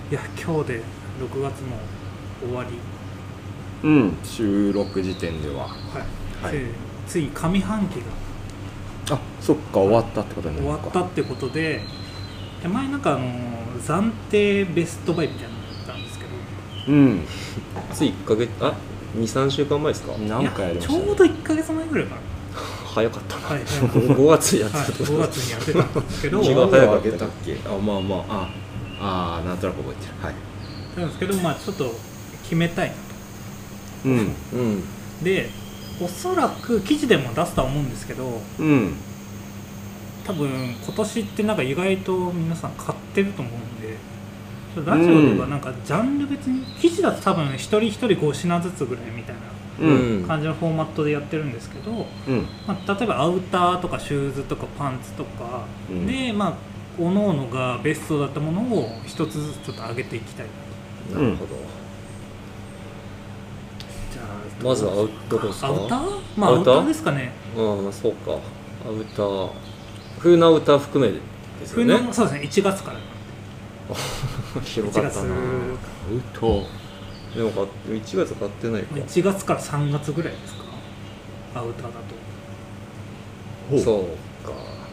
いや今日で6月も終わり。 収録時点では。 はい、つい上半期がそっか、終わったってことになるのか。 終わったってことで、前なんか暫定ベストバイみたいなのやったんですけど、 つい1ヶ月2、3週間前ですか？ 何回やりましたね。 ちょうど1ヶ月前ぐらいかな。 早かったな、 はい、 5月にやってた、 5月にやってたんですけど気が早かった。 あげたっけ？なんとなく覚えてる。はい。 なんですけど、ちょっと決めたいなと。で、おそらく記事でも出すとは思うんですけど、多分今年ってなんか意外と皆さん買ってると思うんで、ラジオではなんかジャンル別に、記事だと多分一人一人5品ずつぐらいみたいな感じのフォーマットでやってるんですけど、例えばアウターとかシューズとかパンツとかで、各々がベストだったものを一つずつちょっと上げていきたいなと。 なるほど。 じゃあまずはどこですか？ アウター？アウターですかね。 そうか。アウター、冬のアウター含めですよね。 そうですね、1月から広かったな。 アウトでも1月買ってないか。 1月から3月ぐらいですか、アウターだと。 そうか。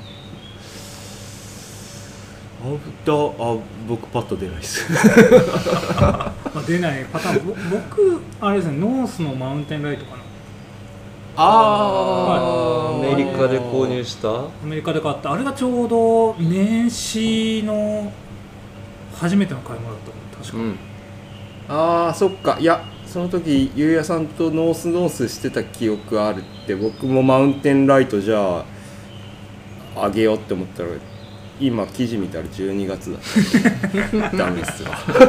アウター、僕パッと出ないです出ないパターン。僕あれですね、ノースのマウンテンライトかな。 アメリカで購入した。 アメリカで買った。あれがちょうど年始の初めての買い物だったの確か。 そっか。いや、その時ゆうやさんとノースしてた記憶あるって。僕もマウンテンライトじゃあげようって思ったら、今記事見たら12月だったんですよ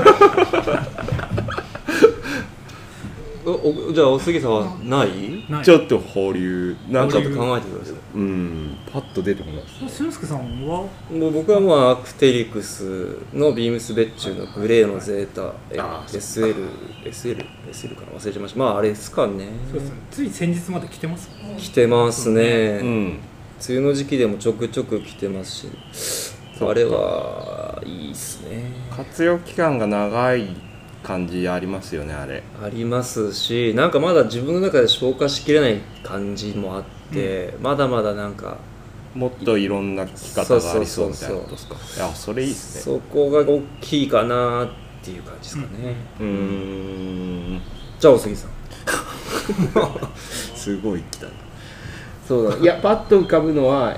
じゃあお杉さんはない？ ちょっと保留なんかちょっと考えてください。 パッと出てこない。 俊介さんは？ もう僕はアクテリクスのビームス別注のグレーのゼータ、SL かな、忘れちゃいました。あれですかね。 そうですね、つい先日まで着てます。 着てますね。梅雨の時期でもちょくちょく着てますし、あれはいいっすね。 活用期間が長い感じありますよね。あれありますし、なんかまだ自分の中で消化しきれない感じもあって、まだまだなんかもっといろんな着方がありそうみたいなことですか。いや、それいいっすね。 そこが大きいかなっていう感じですかね。じゃあお杉さんすごい来たな。そうだ。いや、パッと浮かぶのは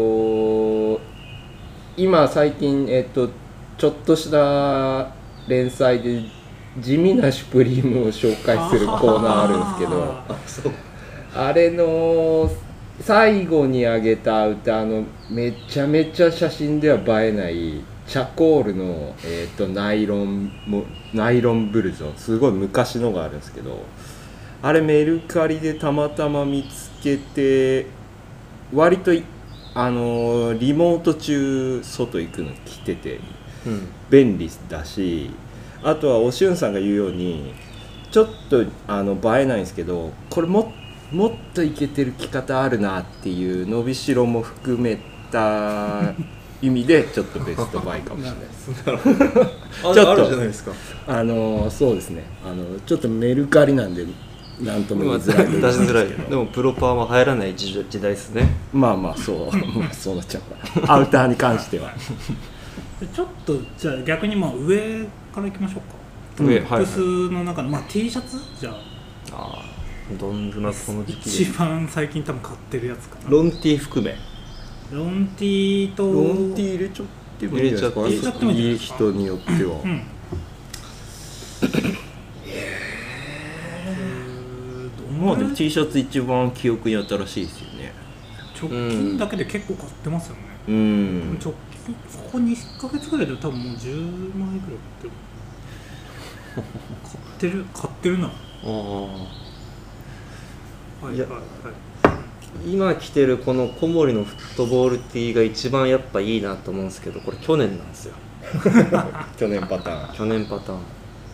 今最近ちょっとした連載で地味なシュプリームを紹介するコーナーあるんですけど、あれの最後に上げたアウターのめちゃめちゃ写真では映えないチャコールの、ナイロンブルゾン、すごい昔のがあるんですけど、あれメルカリでたまたま見つけて、割とリモート中外行くの着てて便利だし、あとはおしゅんさんが言うようにちょっと映えないんですけど、これもっとイケてる着方あるなっていう伸びしろも含めた意味でちょっとベストバイかもしれないです。ちょっとあるじゃないですか。 そうですね、ちょっとメルカリなんでなんとも言いづらい出しづらい。でもプロパーは入らない時代ですね。 そうそうなっちゃうからアウターに関してはちょっとじゃあ逆に上からいきましょうか。 上、 トップスの中の、T シャツじゃあ。 どんなこの時期一番最近多分買ってるやつかな。 ロンティー含め。 ロンティーとロンティー入れちゃってもいいんじゃないですか。いい人によっては。でも T シャツ一番記憶に新しいですよね。 直近だけで結構買ってますよね。直近ここ2ヶ月ぐらいで多分もう10枚ぐらい買ってるな。 今着てるこの小森のフットボール T が一番やっぱいいなと思うんですけど、これ去年なんですよ。 去年パターン。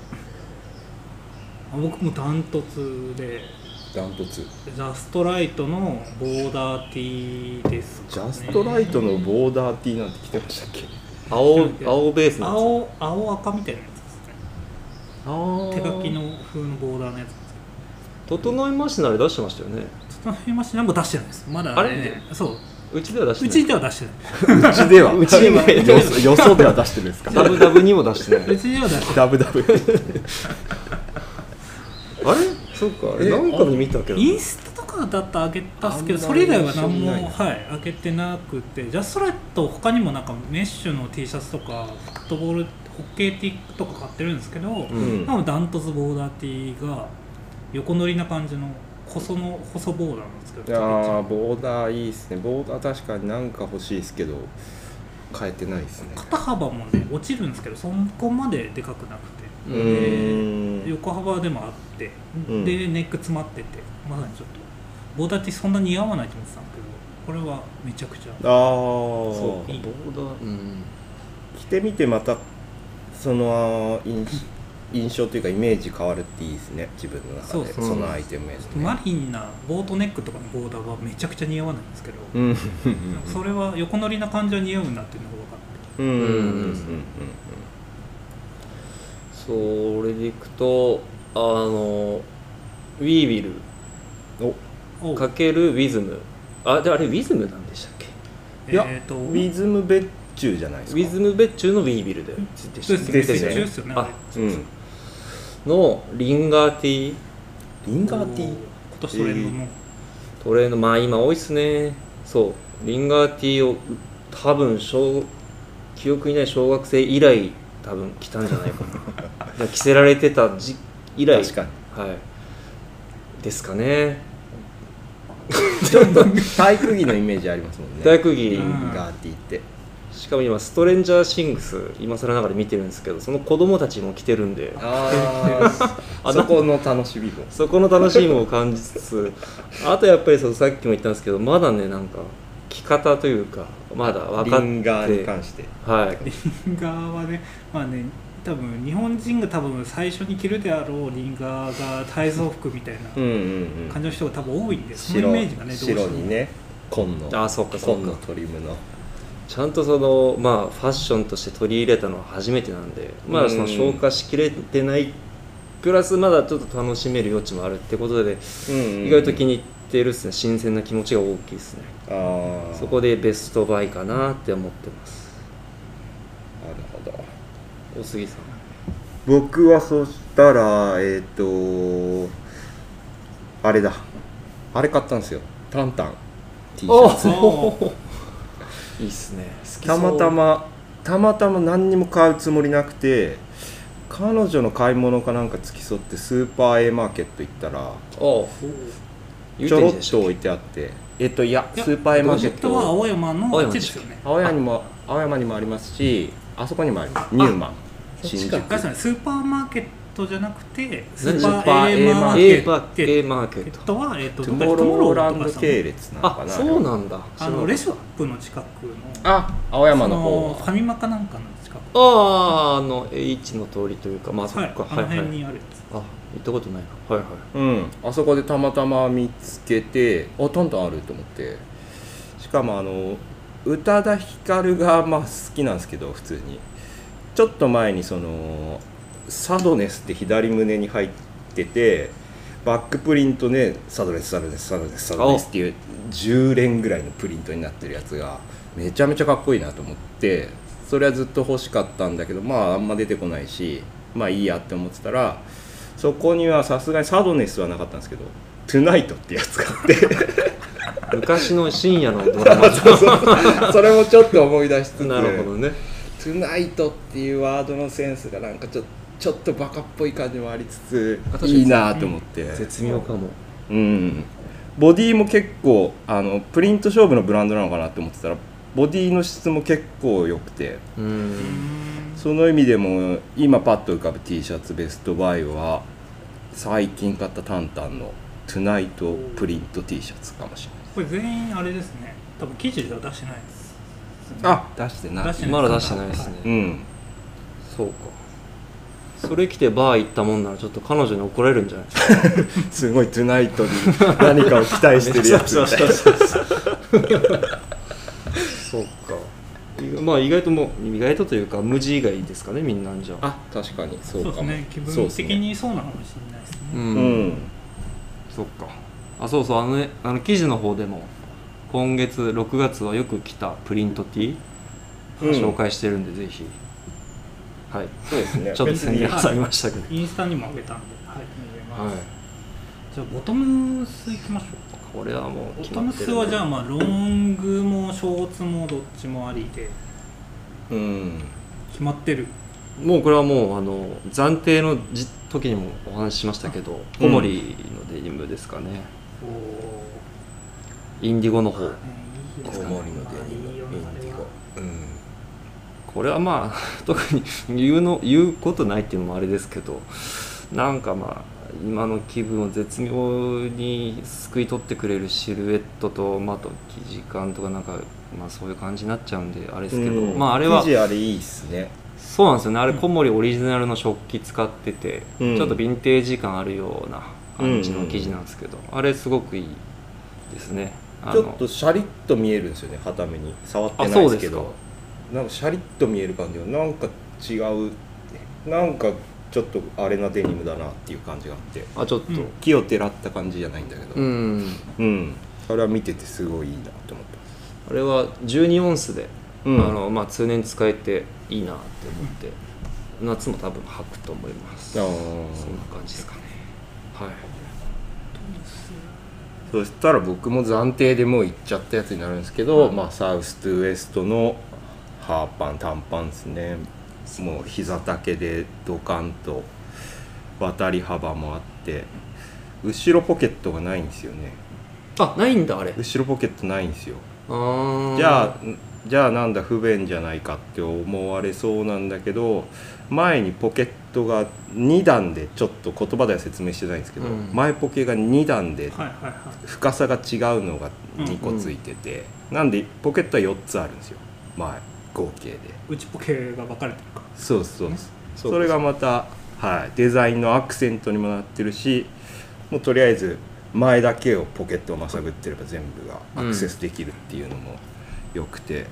僕もダントツでジャストライトのボーダー T ですかね。 ジャストライトのボーダー T なんて着てましたっけ？ 青ベースのやつ。 青赤みたいなやつ。 手書きの風のボーダーのやつ。 整いマシナル出してましたよね。 整いマシナルも出してないです。まだね、そううちでは出してない。 うちでは出してない。 うちではうちではよそでは出してるんですか。 ダブダブにも出してないうちでは出してない。 ダブダブあれそうかなんかで見たけどインスタとかだったら上げたっすけど、それ以外は何も上げてなくて、ジャストライト他にもなんかメッシュの T シャツとかフットボールホッケー T とか買ってるんですけど、ダントツボーダー T が横乗りな感じの細ボーダーなんですけど、 いやーボーダーいいですね。ボーダー確かになんか欲しいですけど変えてないですね。 肩幅もね落ちるんですけどそこまででかくなくて、横幅でもあって、でネック詰まってて、まさにちょっとボーダー T そんな似合わないと思ってたんだけど、これはめちゃくちゃそういいボーダー、 着てみてまたその印象というかイメージ変わるっていいですね、自分の中で。そのアイテムやつ、 マリンなボートネックとかのボーダーはめちゃくちゃ似合わないんですけど、それは横乗りな感じは似合うなっていうのが分かって、 それでいくとウィービルかけるウィズム、であれウィズムなんでしたっけ。 いや、ウィズム別注じゃないですか。 ウィズム別注のウィービルでですよね。 のリンガー T。 リンガー T 今年トレンドのトレンド、まあ今多いっすね。そうリンガー T を多分記憶にない小学生以来多分着たんじゃないかな着せられてた以来、 確かに、 はいですかね。 ちょっと体育着のイメージありますもんね、 体育着リンガー T って。 しかも今ストレンジャーシングス今更ながら見てるんですけど、その子供たちも着てるんでそこの楽しみもそこの楽しみも感じつつあとやっぱりさっきも言ったんですけど、まだねなんか着方というかまだ分かって、 リンガーに関して、 リンガーはね、まあね多分日本人が多分最初に着るであろうリンガーが体操服みたいな感じの人が多分多いんで、そのイメージがねどうしても白にね紺のトリムのちゃんとそのまあファッションとして取り入れたのは初めてなんで、まだその消化しきれてないプラスまだちょっと楽しめる余地もあるってことで、意外と気に入ってるっすね。新鮮な気持ちが大きいですね。そこでベストバイかなって思ってます。 なるほど。 大杉さん。 僕はそしたらあれだ、あれ買ったんですよ、タンタン T シャツいいっすね。 たまたま何にも買うつもりなくて、彼女の買い物かなんか付き添ってスーパー A マーケット行ったらちょろっと置いてあって、いやスーパー A マーケットは青山のあっちですよね。 青山にもありますし、あそこにもあります。ニューマン新宿。スーパーマーケットじゃなくてスーパー A マーケットはトゥモローランド系列なのかな。 そうなんだ。 レショップの近くの青山の方、 ファミマかなんかの近く。 H の通りというか、まあそっか、 あの辺にあるやつ。 行ったことないな。はいはい。 あそこでたまたま見つけて、トントンあると思って。しかも宇多田ヒカルがまあ好きなんですけど、普通にちょっと前にそのサドネスって左胸に入ってて、バックプリントね、サドネスっていう10連ぐらいのプリントになってるやつがめちゃめちゃかっこいいなと思って、それはずっと欲しかったんだけど、まああんま出てこないし、まあいいやって思ってたら、そこにはさすがにサドネスはなかったんですけど、トゥナイトってやつがあって昔の深夜のドラマそれもちょっと思い出しつつ、 なるほどね。 トゥナイトっていうワードのセンスがなんかちょっとバカっぽい感じもありつついいなと思って、 絶妙かも。 ボディも結構プリント勝負のブランドなのかなって思ってたら、ボディの質も結構良くて、その意味でも今パッと浮かぶ T シャツベストバイは最近買ったタンタンのトゥナイトプリント T シャツかもしれない。 これ全員あれですね、多分記事では出してないです、 出してない、 まだ出してないですね。そうか。それ着てバー行ったもんならちょっと彼女に怒られるんじゃないですか。 すごいトゥナイトに何かを期待してるやつみたいな。 そうか。意まあ意外とというか無地以外ですかね、みんなじゃあ。確かにそうかも。 そうですね、気分的にそうなのかもしれないですね。 うん、そっか。そうそう、記事の方でも今月6月はよく着たプリント T、紹介してるんで、ぜひ。はい、そうですね。ちょっと宣伝挟みましたけど、 インスタにも上げたんで、はい、見れます。じゃあボトムスいきましょうか。 これはもうボトムスはじゃあまあロングもショーツもどっちもありで、決まってる。 もうこれはもう暫定の時にもお話ししましたけど、小森のデニムですかね。インディゴの方。 小森のデニム、インディゴ。 これはまあ特に言うことないっていうのもあれですけど、なんかまあ今の気分を絶妙に救い取ってくれるシルエットと、あと生地感とかなんか、そういう感じになっちゃうんであれですけど、あれは生地あれいいっすね。 そうなんですよね。あれ小森オリジナルの食器使ってて、ちょっとヴィンテージ感あるような感じの生地なんですけど、あれすごくいいですね。 ちょっとシャリッと見えるんですよね、はために触ってないですけど、なんかシャリッと見える感じがなんか違う、なんかちょっとあれなデニムだなっていう感じがあって、 ちょっと木をてらった感じじゃないんだけど、あれは見ててすごいいいなと思ってます。 あれは12オンスで、通年使えていいなって思って、夏も多分履くと思います。そんな感じですかね。はい。 そしたら僕も暫定でもういっちゃったやつになるんですけど、サウストゥウエストのハーパン短パンですね。もう膝丈でドカンと渡り幅もあって、後ろポケットがないんですよね。 ないんだ。あれ後ろポケットないんですよ。じゃあなんだ不便じゃないかって思われそうなんだけど、前にポケットが2段で、ちょっと言葉では説明してないんですけど、前ポケが2段で深さが違うのが2個ついてて、なんでポケットは4つあるんですよ、前合計で。 内ポケが分かれてるか。 そうそれがまた、デザインのアクセントにもなってるし、もうとりあえず前だけをポケットをまさぐってれば全部がアクセスできるっていうのもよくて、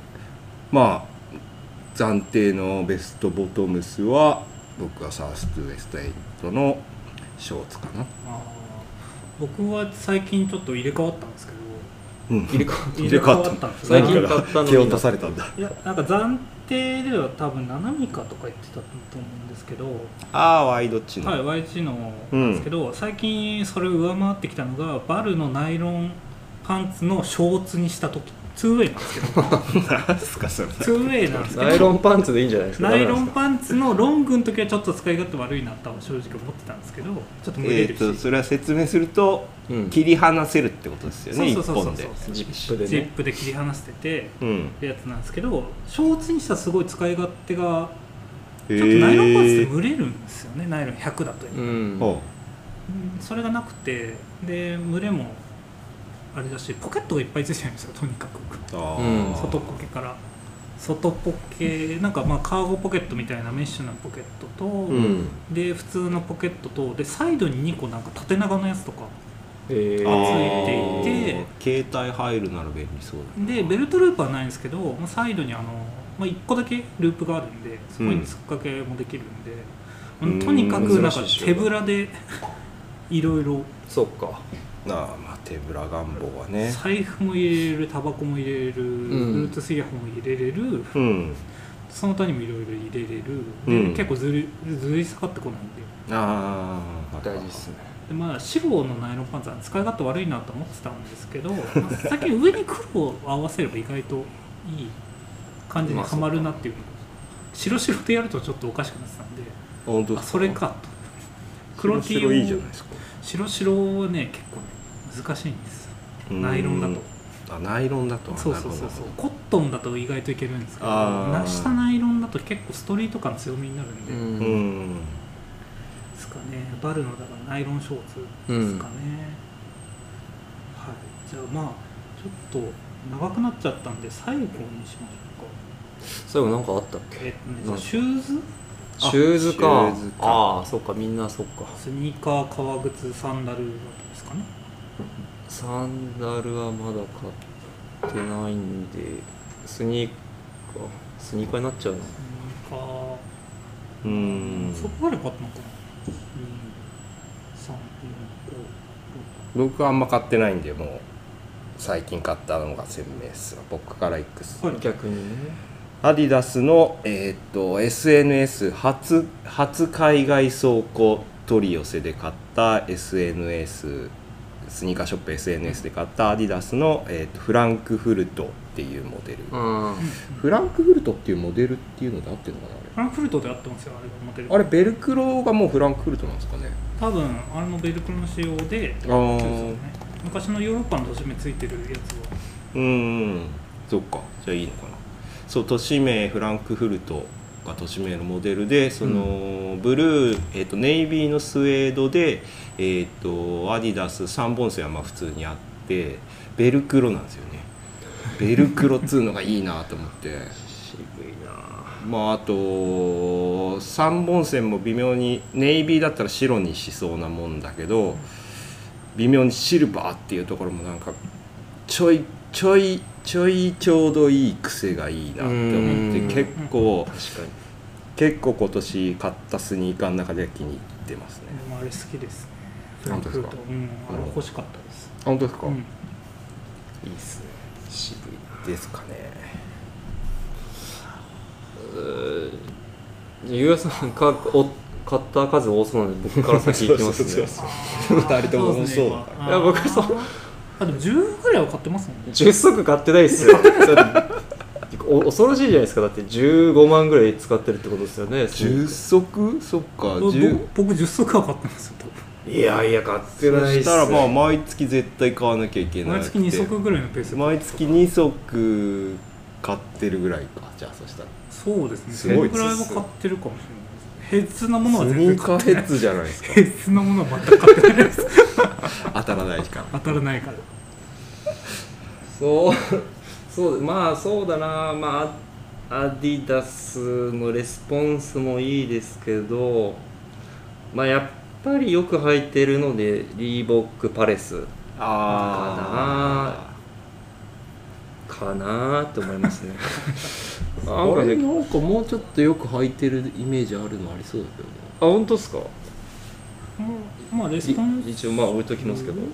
暫定のベストボトムスは僕はサウストゥウエスト8のショーツかな。 僕は最近ちょっと入れ替わったんですけど、 入れ替わったんです。 最近買ったのに蹴落とされたんだ。 いや、なんか暫定では多分7ミカとか言ってたと思うんですけど、 ワイドッチの、 YG のなんですけど、最近それを上回ってきたのがバルのナイロンパンツのショーツにした時、2way なんですけど何すかそれ。 2way なんですけど、 ナイロンパンツでいいんじゃないですか。 ナイロンパンツのロングの時はちょっと使い勝手悪いなとは正直思ってたんですけど、ちょっと蒸れるし、 それは説明すると、切り離せるってことですよね。一本でジップで切り離しててってやつなんですけど、ショーツにしたらすごい使い勝手がちょっとナイロンパンツって蒸れるんですよね、ナイロン100だと。それがなくて、で蒸れもあれだし、ポケットがいっぱいついてるんですよ、とにかく。外ポケから外ポケ、なんかカーゴポケットみたいなメッシュなポケットと、で普通のポケットとでサイドに2個なんか縦長のやつとかついていて、 携帯入るなら便利そうだ。 でベルトループはないんですけど、サイドに1個だけループがあるんで、そこに突っ掛けもできるんで、とにかくなんか手ぶらでいろいろ。 そうか。 手ぶら願望はね。 財布も入れれる、タバコも入れれる、Bluetooth イヤホンも入れれる、その他にもいろいろ入れれる、で結構ずり下がってこないんで、 大事ですね。 で白のナイロンパンツは使い勝手悪いなと思ってたんですけど、最近上に黒を合わせれば意外といい感じにはまるなっていうの、白でやるとちょっとおかしくなってたんで、 本当ですか。 それかと。 黒 T をいいじゃないですか。 白はね結構難しいんです、ナイロンだと。 ナイロンだと。 そうコットンだと意外といけるんですけど、下ナイロンだと結構ストリート感強めになるんで、ですかね。バルのだからナイロンショーツですかね。じゃあちょっと長くなっちゃったんで最後にしましょうか。 最後なんかあったっけ。 シューズか。そうか、みんなそうか。 スニーカー、革靴、サンダルですかね。 サンダルはまだ買ってないんで、スニスニーカーになっちゃうの。 スニーカうんーそこまで買ったのかな。 僕はあんま買ってないんで、もう最近買ったのが鮮明っすわ。僕からいくっす。 逆にね。 アディダスの、SNS 初海外倉庫取り寄せで買った SNS スニーカーショップ SNS で買ったアディダスの、フランクフルトっていうモデル、フランクフルトっていうモデルっていうので合ってるのかな。 フランクフルトで合ってますよ、あれがモデル。 あれベルクロがもうフランクフルトなんですかね。 多分あれのベルクロの仕様で、昔のヨーロッパの都市名ついてるやつは。 そっか、じゃあいいのかな。そう都市名フランクフルトが都市名のモデルで、そのブルー、ネイビーのスウェードで、アディダス3本線はまあ普通にあってベルクロなんですよね。ベルクロっつうのがいいなと思って渋いな。 まああと3本線も微妙にネイビーだったら白にしそうなもんだけど、微妙にシルバーっていうところもなんかちょうどいい癖がいいなって思って、結構今年買ったスニーカーの中で気に入ってますね。 あれ好きですね、フランクフルト。あれ欲しかったです。 本当ですか。いいっすね。渋いな。 ですかね。 ゆうやさん買った数多そうなんで僕から先行きますね。 2人とも多そうだから。 いや僕そう。 でも10ぐらいは買ってますもんね。 10足買ってないっすよ。恐ろしいじゃないですか。だって15万ぐらい使ってるってことですよね。 10足？そっか。 僕10足は買ってますよ。 いやいや買ってないっす。 そしたらまあ毎月絶対買わなきゃいけない。 毎月2足ぐらいのペース。 毎月2足買ってるぐらいか。じゃあそしたら。 そうですね。 すごいそれぐらいは買ってるかもしれないです。ヘッズなものは全然スニーカーヘッズじゃないですか。 ヘッズなものは全く買ってないです。 当たらないから。 当たらないから。 そうまあそうだな。まあアディダスのレスポンスもいいですけど、まあやっぱりよく履いてるのでリーボックパレスかなって思いますね。 なんかもうちょっとよく履いてるイメージあるのありそうだけどね。 あ、本当ですか。 まあレスポンス一応まあ置いときますけど。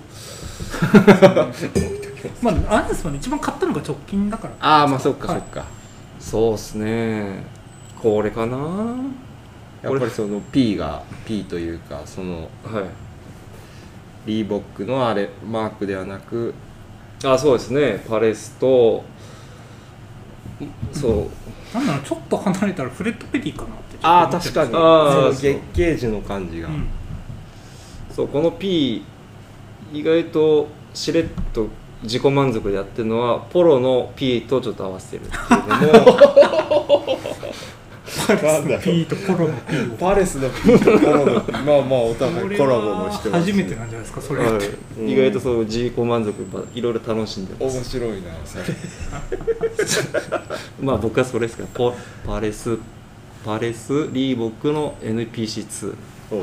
まああれですもんね、一番買ったのが直近だから。 まあそっかそっか。 そうっすね。これかな。 やっぱりその P というかそのリーボックのあれマークではなく、 そうですね。パレスとなんだろう、ちょっと離れたらフレッドペティかなって確かに月桂樹の感じが、 そうこの P 意外としれっと自己満足でやってるのはポロの P とちょっと合わせてるっていうのもパレスの P とポロの P をパレスの P とポロのまあお互いコラボもしてます、 初めてなんじゃないですかそれって、 意外とそう自己満足いろいろ楽しんでます。 面白いなそれまあ僕はそれですからパレスリーボックの NPC2。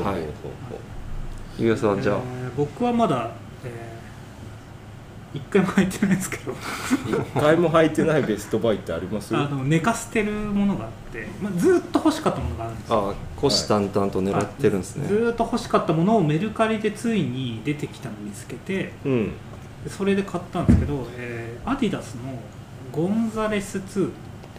ゆうやさんじゃあ、 僕はまだ、1回も履いてないんですけど 1回も履いてないベストバイってあります？ 寝かせてるものがあって、ずっと欲しかったものがあるんですよ。 虎視眈々と狙ってるんですね。 ずっと欲しかったものをメルカリでついに出てきたのを見つけて、それで買ったんですけど、アディダスのゴンザレス2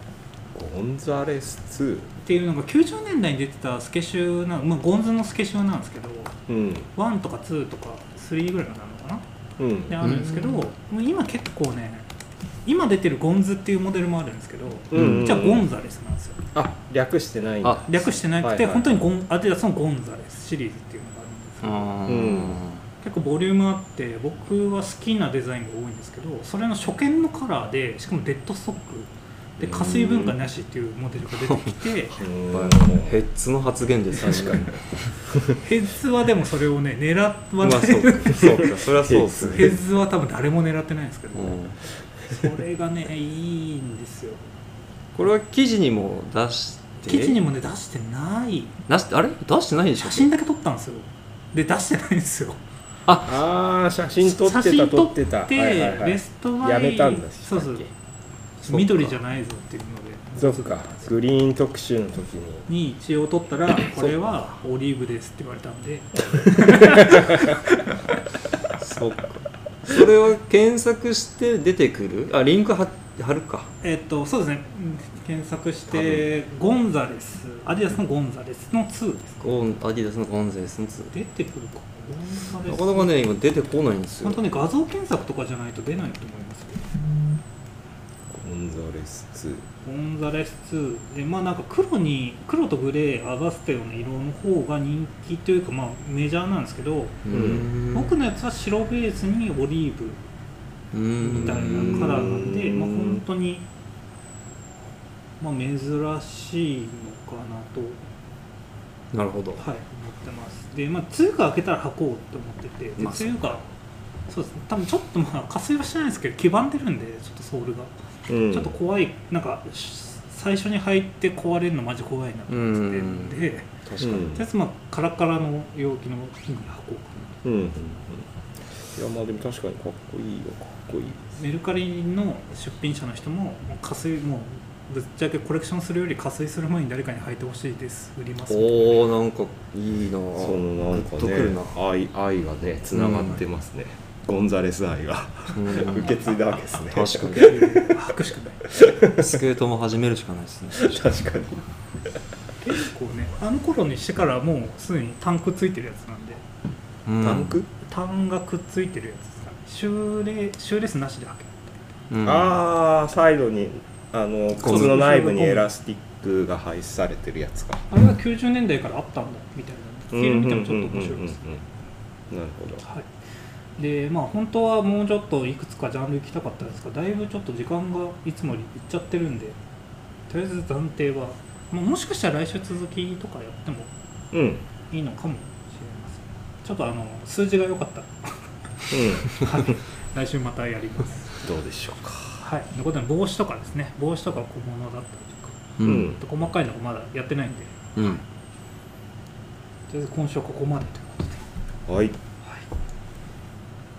っていうのが90年代に出てたスケシュゴンズのスケシュなんですけど、1とか2とか3ぐらいになるのかな、であるんですけど、もう今結構ね、今出てるゴンズっていうモデルもあるんですけど、じゃあゴンザレスなんですよ。 略してないんだ。 略してなくて、本当にアディダスのゴンザレスシリーズっていうのがあるんですけど、結構ボリュームあって僕は好きなデザインが多いんですけど、それの初見のカラーで、しかもデッドストックで加水分解なしっていうモデルが出てきて、 ヘッズの発言です。確かにヘッズはでもそれをね狙わない、 そうかそれはそうですね。 ヘッズは多分誰も狙ってないんですけど、それがねいいんですよ。 これは記事にも出して、 記事にもね出してない、 あれ出してないでしょ。 写真だけ撮ったんですよ。で出してないんですよ。 写真撮ってた。 ベストバイやめたんだ。 そう緑じゃないぞっていうのでそうか、グリーン特集の時に一応取ったらこれはオリーブですって言われたんでそうか。それは検索して出てくる？あ、リンク貼るか。 そうですね、検索してゴンザレス、アディダスのゴンザレスの2ですか。 アディダスのゴンザレスの2 出てくるか。 なかなかね今出てこないんですよ。 本当に画像検索とかじゃないと出ないと思いますよ。 ゴンザレス2、 ゴンザレス2で、まあなんか黒とグレー合わせたような色の方が人気というか、まあメジャーなんですけど、僕のやつは白ベースにオリーブみたいなカラーなんで、まあ本当にまあ珍しいのかなと。 なるほど。 はい、思ってます。で、まあ梅雨が明けたら履こうと思ってて、で、梅雨がそうですね、多分ちょっとまあ加水はしてないんですけど黄ばんでるんで、ちょっとソールが、ちょっと怖い、なんか最初に履いて壊れるのマジ怖いなと思ってるんで、 確かに。 とりあえずまあカラカラの陽気の日に履こうかな。 いやまあでも確かにかっこいいよ、かっこいい。 メルカリの出品者の人も加水もうぶっちゃけコレクションするより加水する前に誰かに履いてほしいです、売ります。 おお、なんかいいな。 そのなんかね、愛がねつながってますね。ゴンザレス愛が受け継いだわけですね。 確かに。 履くしかない。 スケートも始めるしかないですね。 確かに。 結構ね、あの頃にしてからもうすでにタンクついてるやつなんで。タンがくっついてるやつですかね。シューレースなしで履ける。 ああ、サイドに靴の内部にエラスティックが配されてるやつか。 あれは90年代からあったんだみたいな。フィルム見てもちょっと面白いですね。 なるほど。 はい。で、まあ本当はもうちょっといくつかジャンル行きたかったんですが、だいぶちょっと時間がいつもよりいっちゃってるんで、とりあえず暫定は、まあ、もしかしたら来週続きとかやってもいいのかもしれません。ちょっと数字が良かったら、はい、来週またやります。 どうでしょうか。 はい。ということで帽子とかですね、帽子とか小物だったりとか、細かいのがまだやってないんで、とりあえず今週はここまでということで。 はい。